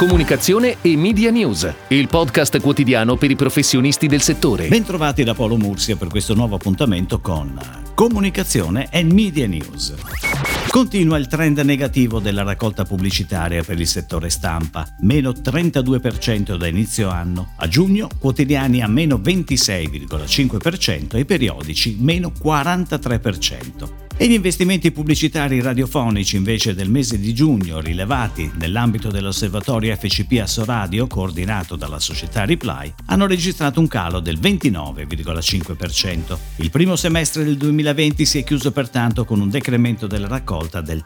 Comunicazione e Media News, il podcast quotidiano per i professionisti del settore. Bentrovati da Paolo Mursia per questo nuovo appuntamento con Comunicazione e Media News. Continua il trend negativo della raccolta pubblicitaria per il settore stampa, meno 32% da inizio anno. A giugno quotidiani a meno 26,5% e periodici meno 43%. E gli investimenti pubblicitari radiofonici invece del mese di giugno rilevati nell'ambito dell'osservatorio FCP Assoradio coordinato dalla società Reply hanno registrato un calo del 29,5%. Il primo semestre del 2020 si è chiuso pertanto con un decremento della raccolta del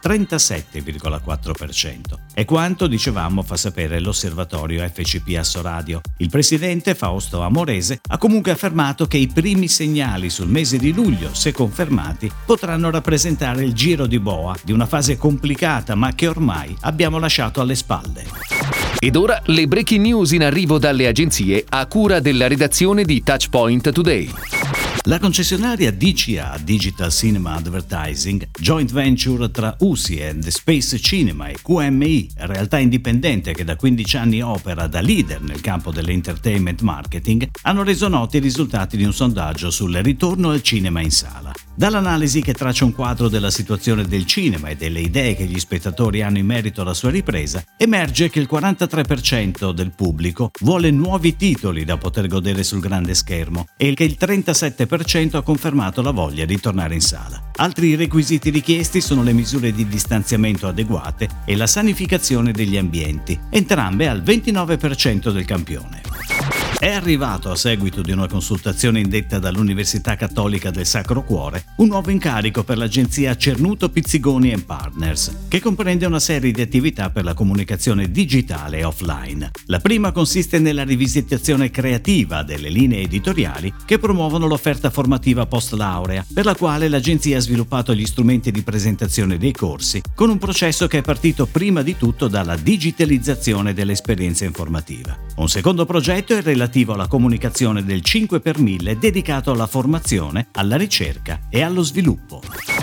37,4%. È quanto, dicevamo, fa sapere l'osservatorio FCP Assoradio. Il presidente Fausto Amorese ha comunque affermato che i primi segnali sul mese di luglio, se confermati, potranno rappresentare il giro di boa di una fase complicata ma che ormai abbiamo lasciato alle spalle. Ed ora le breaking news in arrivo dalle agenzie a cura della redazione di Touchpoint Today. La concessionaria DCA Digital Cinema Advertising, joint venture tra USI e The Space Cinema e QMI, realtà indipendente che da 15 anni opera da leader nel campo dell'entertainment marketing, hanno reso noti i risultati di un sondaggio sul ritorno al cinema in sala. Dall'analisi che traccia un quadro della situazione del cinema e delle idee che gli spettatori hanno in merito alla sua ripresa, emerge che il 43% del pubblico vuole nuovi titoli da poter godere sul grande schermo e che il 37% ha confermato la voglia di tornare in sala. Altri requisiti richiesti sono le misure di distanziamento adeguate e la sanificazione degli ambienti, entrambe al 29% del campione. È arrivato, a seguito di una consultazione indetta dall'Università Cattolica del Sacro Cuore, un nuovo incarico per l'agenzia Cernuto Pizzigoni & Partners, che comprende una serie di attività per la comunicazione digitale e offline. La prima consiste nella rivisitazione creativa delle linee editoriali che promuovono l'offerta formativa post-laurea, per la quale l'agenzia ha sviluppato gli strumenti di presentazione dei corsi, con un processo che è partito prima di tutto dalla digitalizzazione dell'esperienza informativa. Un secondo progetto è relativo alla comunicazione del 5 per 1000 dedicato alla formazione, alla ricerca e allo sviluppo.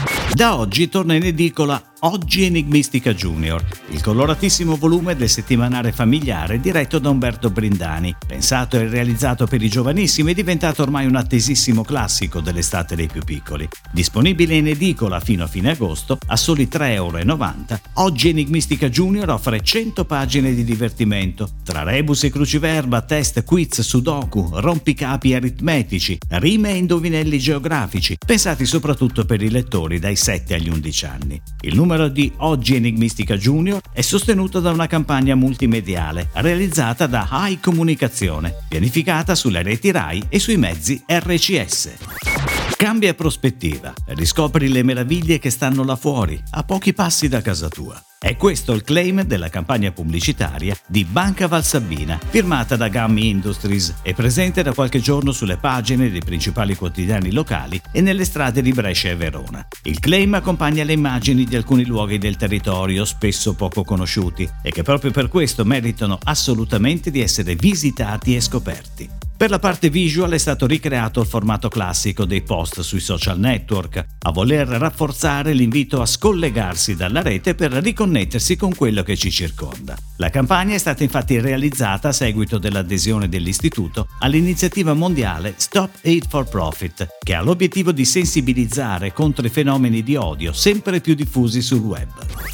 Da oggi torna in edicola Oggi Enigmistica Junior, il coloratissimo volume del settimanale familiare diretto da Umberto Brindani. Pensato e realizzato per i giovanissimi, è diventato ormai un attesissimo classico dell'estate dei più piccoli. Disponibile in edicola fino a fine agosto, a soli €3,90, Oggi Enigmistica Junior offre 100 pagine di divertimento, tra rebus e cruciverba, test, quiz, sudoku, rompicapi aritmetici, rime e indovinelli geografici, pensati soprattutto per i lettori dai 7 agli 11 anni. Il numero di Oggi Enigmistica Junior è sostenuto da una campagna multimediale realizzata da Hai Comunicazione, pianificata sulle reti Rai e sui mezzi RCS. Cambia prospettiva, riscopri le meraviglie che stanno là fuori, a pochi passi da casa tua. È questo il claim della campagna pubblicitaria di Banca Valsabbina, firmata da Gammi Industries e presente da qualche giorno sulle pagine dei principali quotidiani locali e nelle strade di Brescia e Verona. Il claim accompagna le immagini di alcuni luoghi del territorio spesso poco conosciuti e che proprio per questo meritano assolutamente di essere visitati e scoperti. Per la parte visual è stato ricreato il formato classico dei post sui social network, a voler rafforzare l'invito a scollegarsi dalla rete per riconnettersi con quello che ci circonda. La campagna è stata infatti realizzata a seguito dell'adesione dell'istituto all'iniziativa mondiale Stop Hate for Profit, che ha l'obiettivo di sensibilizzare contro i fenomeni di odio sempre più diffusi sul web.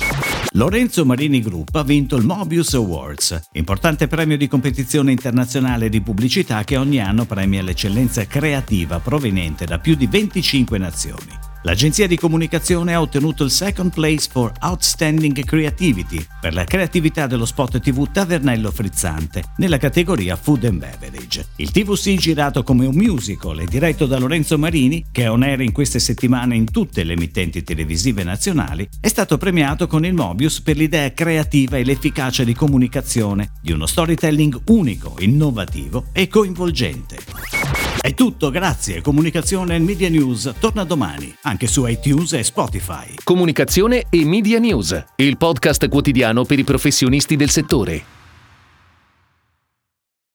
Lorenzo Marini Group ha vinto il Mobius Awards, importante premio di competizione internazionale di pubblicità che ogni anno premia l'eccellenza creativa proveniente da più di 25 nazioni. L'agenzia di comunicazione ha ottenuto il second place for Outstanding Creativity per la creatività dello spot TV Tavernello Frizzante nella categoria Food and Beverage. Il TVC, girato come un musical e diretto da Lorenzo Marini, che è on air in queste settimane in tutte le emittenti televisive nazionali, è stato premiato con il Mobius per l'idea creativa e l'efficacia di comunicazione di uno storytelling unico, innovativo e coinvolgente. È tutto, grazie. Comunicazione e Media News torna domani, anche su iTunes e Spotify. Comunicazione e Media News, il podcast quotidiano per i professionisti del settore.